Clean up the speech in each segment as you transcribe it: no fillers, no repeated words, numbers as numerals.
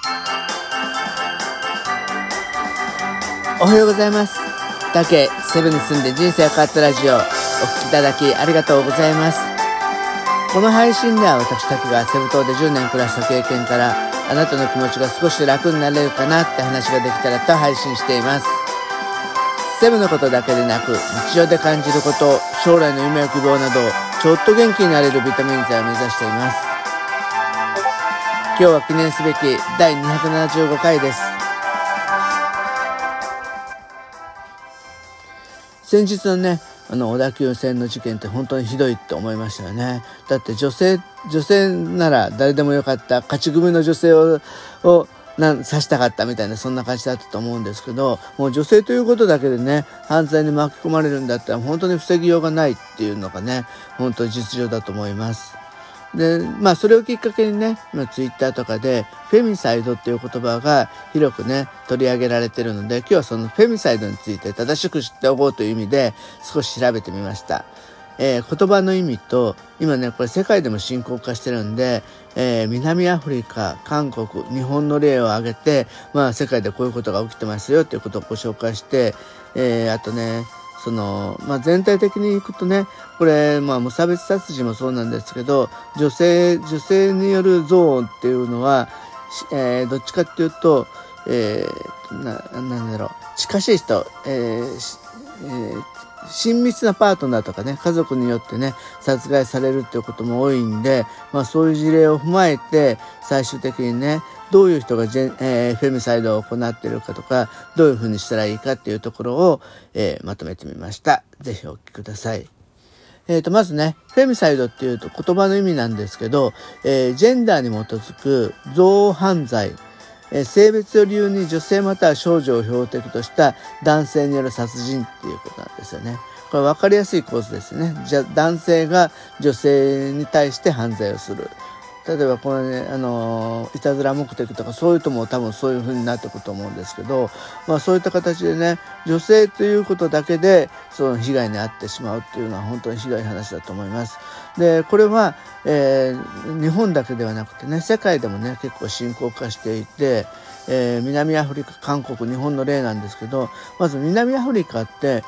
おはようございます。竹セブンに住んで人生が変わったラジオ、お聞きいただきありがとうございます。この配信では私竹がセブ島で10年暮らした経験から、あなたの気持ちが少し楽になれるかなって話ができたらと配信しています。セブのことだけでなく、日常で感じること、将来の夢や希望など、ちょっと元気になれるビタミン剤を目指しています。今日は記念すべき第275回です。先日のね、小田急線の事件って本当にひどいって思いましたよね。だって女性なら誰でもよかった、勝ち組の女性を刺したかったみたいな、そんな感じだったと思うんですけど、もう女性ということだけでね、犯罪に巻き込まれるんだったら本当に防ぎようがないっていうのがね、本当に実情だと思います。で、それをきっかけにね、ツイッターとかでフェミサイドっていう言葉が広くね取り上げられているので、今日はそのフェミサイドについて正しく知っておこうという意味で少し調べてみました。言葉の意味と、今ねこれ世界でも深刻化してるんで、南アフリカ、韓国、日本の例を挙げて、世界でこういうことが起きてますよっていうことをご紹介して、あとね全体的にいくとね、これ無差別殺人もそうなんですけど、女性による憎悪っていうのは、どっちかっていうと、近しい人、親密なパートナーとかね、家族によってね殺害されるっていうことも多いんで、そういう事例を踏まえて最終的にね、どういう人がフェミサイドを行っているかとか、どういうふうにしたらいいかっていうところを、まとめてみました。ぜひお聞きください。まずね、フェミサイドっていうと言葉の意味なんですけど、ジェンダーに基づく憎悪犯罪、性別を理由に女性または少女を標的とした男性による殺人っていうことなんですよね。これ分かりやすい構図ですね。じゃあ男性が女性に対して犯罪をする。例えばこれね、いたずら目的とかそういうとも多分そういう風になってくると思うんですけど、そういった形でね、女性ということだけでその被害に遭ってしまうっていうのは本当にひどい話だと思います。で、これは、日本だけではなくてね、世界でもね結構深刻化していて、南アフリカ、韓国、日本の例なんですけど、まず南アフリカって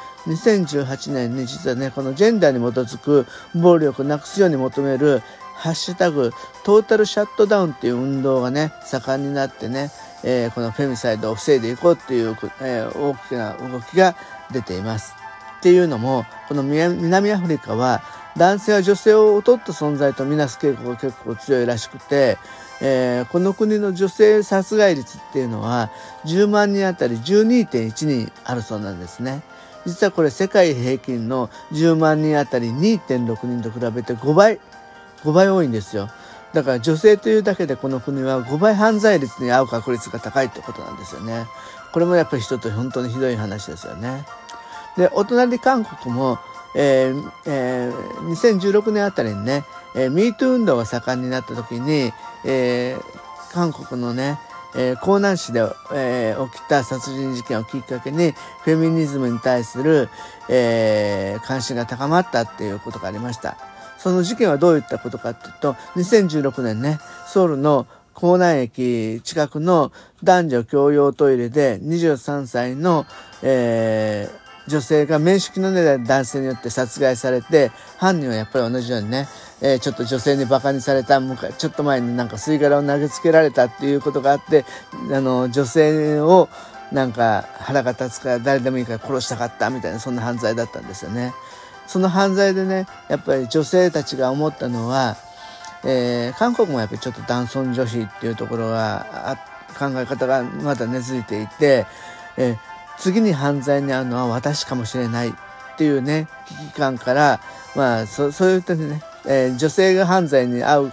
2018年に実はね、このジェンダーに基づく暴力をなくすように求めるハッシュタグトータルシャットダウンっていう運動がね盛んになってね、このフェミサイドを防いでいこうっていう、大きな動きが出ています。っていうのも、この南アフリカは男性は女性を劣った存在とみなす傾向が結構強いらしくて、この国の女性殺害率っていうのは10万人あたり 12.1 人あるそうなんですね。実はこれ世界平均の10万人あたり 2.6 人と比べて5倍多いんですよ。だから女性というだけでこの国は5倍犯罪率に遭う確率が高いってことなんですよね。これもやっぱり一つ本当にひどい話ですよね。で、お隣韓国も、2016年あたりにね、MeToo 運動が盛んになった時に、韓国のね、江南市で、起きた殺人事件をきっかけにフェミニズムに対する、関心が高まったっていうことがありました。その事件はどういったことかというと、2016年ね、ソウルの江南駅近くの男女共用トイレで23歳の、女性が面識のない男性によって殺害されて、犯人はやっぱり同じようにね、ちょっと女性にバカにされた、ちょっと前に吸い殻を投げつけられたっていうことがあって、女性を腹が立つから誰でもいいから殺したかったみたいな、そんな犯罪だったんですよね。その犯罪でね、やっぱり女性たちが思ったのは、韓国もやっぱりちょっと男尊女卑っていうところが考え方がまだ根付いていて、次に犯罪に遭うのは私かもしれないっていうね危機感から、そういう点でね、女性が犯罪に遭う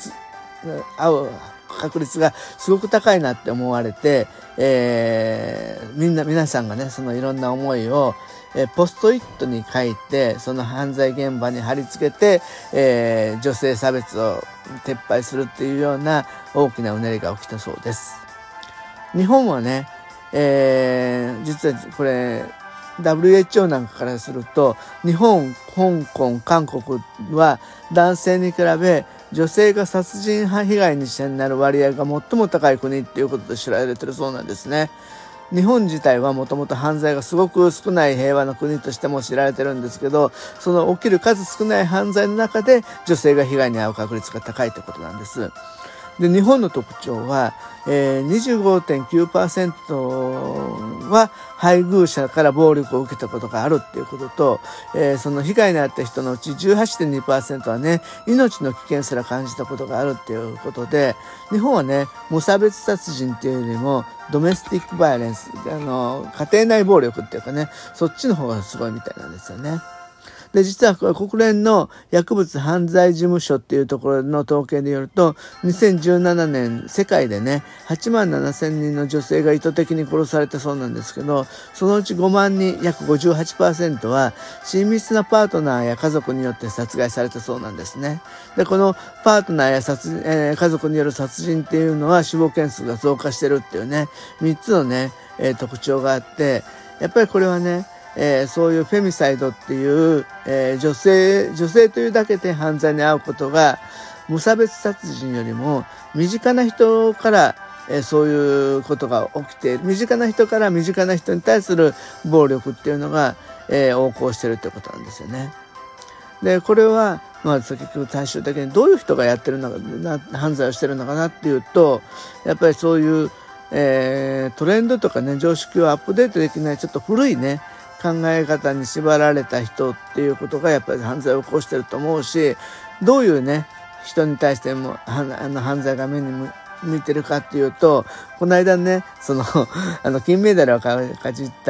確率がすごく高いなって思われて、皆さんがねそのいろんな思いをポストイットに書いて、その犯罪現場に貼り付けて、女性差別を撤廃するっていうような大きなうねりが起きたそうです。日本はね、実はこれ WHO なんかからすると、日本、香港、韓国は男性に比べ女性が殺人被害になる割合が最も高い国っていうことで知られてるそうなんですね。日本自体はもともと犯罪がすごく少ない平和な国としても知られてるんですけど、その起きる数少ない犯罪の中で女性が被害に遭う確率が高いということなんです。で、日本の特徴は、25.9% は配偶者から暴力を受けたことがあるっていうことと、その被害に遭った人のうち 18.2% はね、命の危険すら感じたことがあるっていうことで、日本はね、無差別殺人っていうよりもドメスティックバイオレンス、家庭内暴力っていうかね、そっちの方がすごいみたいなんですよね。で、実は国連の薬物犯罪事務所っていうところの統計によると、2017年世界でね、8万7千人の女性が意図的に殺されたそうなんですけど、そのうち5万人、約 58% は親密なパートナーや家族によって殺害されたそうなんですね。で、このパートナーや家族による殺人っていうのは死亡件数が増加してるっていうね、3つのね、特徴があって、やっぱりこれはね、そういうフェミサイドっていう、女性というだけで犯罪に遭うことが無差別殺人よりも身近な人から、そういうことが起きて、身近な人から身近な人に対する暴力っていうのが、横行してるってことなんですよね。で、これは結局最終的にどういう人がやってるのか犯罪をしてるのかなっていうと、やっぱりそういう、トレンドとかね、常識をアップデートできないちょっと古いね考え方に縛られた人っていうことがやっぱり犯罪を起こしてると思うし、どういうね人に対しても犯罪が目に向いてるかっていうと、この間ね金メダルをかじった、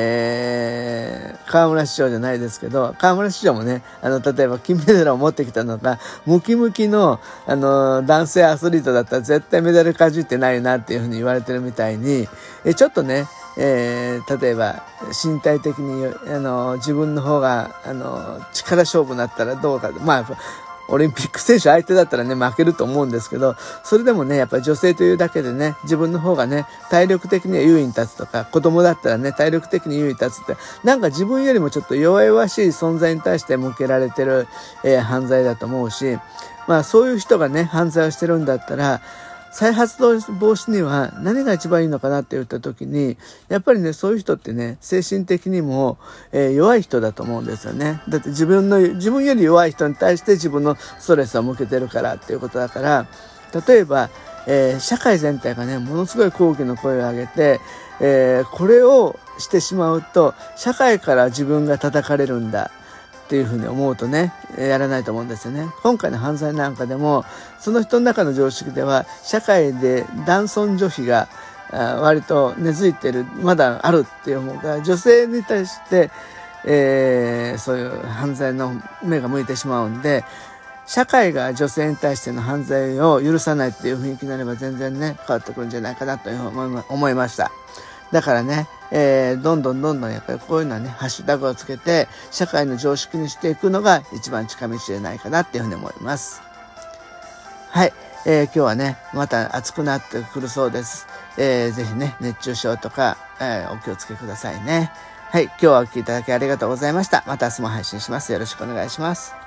河村市長じゃないですけど、河村市長もね例えば金メダルを持ってきたのがムキムキの男性アスリートだったら絶対メダルかじってないなっていうふうに言われてるみたいに、ちょっとね例えば身体的に自分の方が力勝負になったらどうか、オリンピック選手相手だったらね負けると思うんですけど、それでもねやっぱり女性というだけでね自分の方がね体力的には優位に立つとか、子供だったらね体力的に優位に立つって、なんか自分よりもちょっと弱々しい存在に対して向けられてる、犯罪だと思うし、そういう人がね犯罪をしてるんだったら再発防止には何が一番いいのかなって言った時に、やっぱりねそういう人ってね精神的にも、弱い人だと思うんですよね。だって自分より弱い人に対して自分のストレスを向けてるからっていうことだから、例えば、社会全体がねものすごい抗議の声を上げて、これをしてしまうと社会から自分が叩かれるんだっていうふうに思うとねやらないと思うんですよね。今回の犯罪なんかでもその人の中の常識では社会で男尊女卑が割と根付いてる、まだあるっていう思うから、女性に対して、そういう犯罪の目が向いてしまうんで、社会が女性に対しての犯罪を許さないっていう雰囲気になれば全然ね変わってくるんじゃないかなと思いました。だからね、どんどんやっぱりこういうのはねハッシュタグをつけて社会の常識にしていくのが一番近道じゃないかなっていうふうに思います。はい、今日はねまた暑くなってくるそうです。ぜひね熱中症とか、お気をつけくださいね。はい、今日はお聞きいただきありがとうございました。また明日も配信します。よろしくお願いします。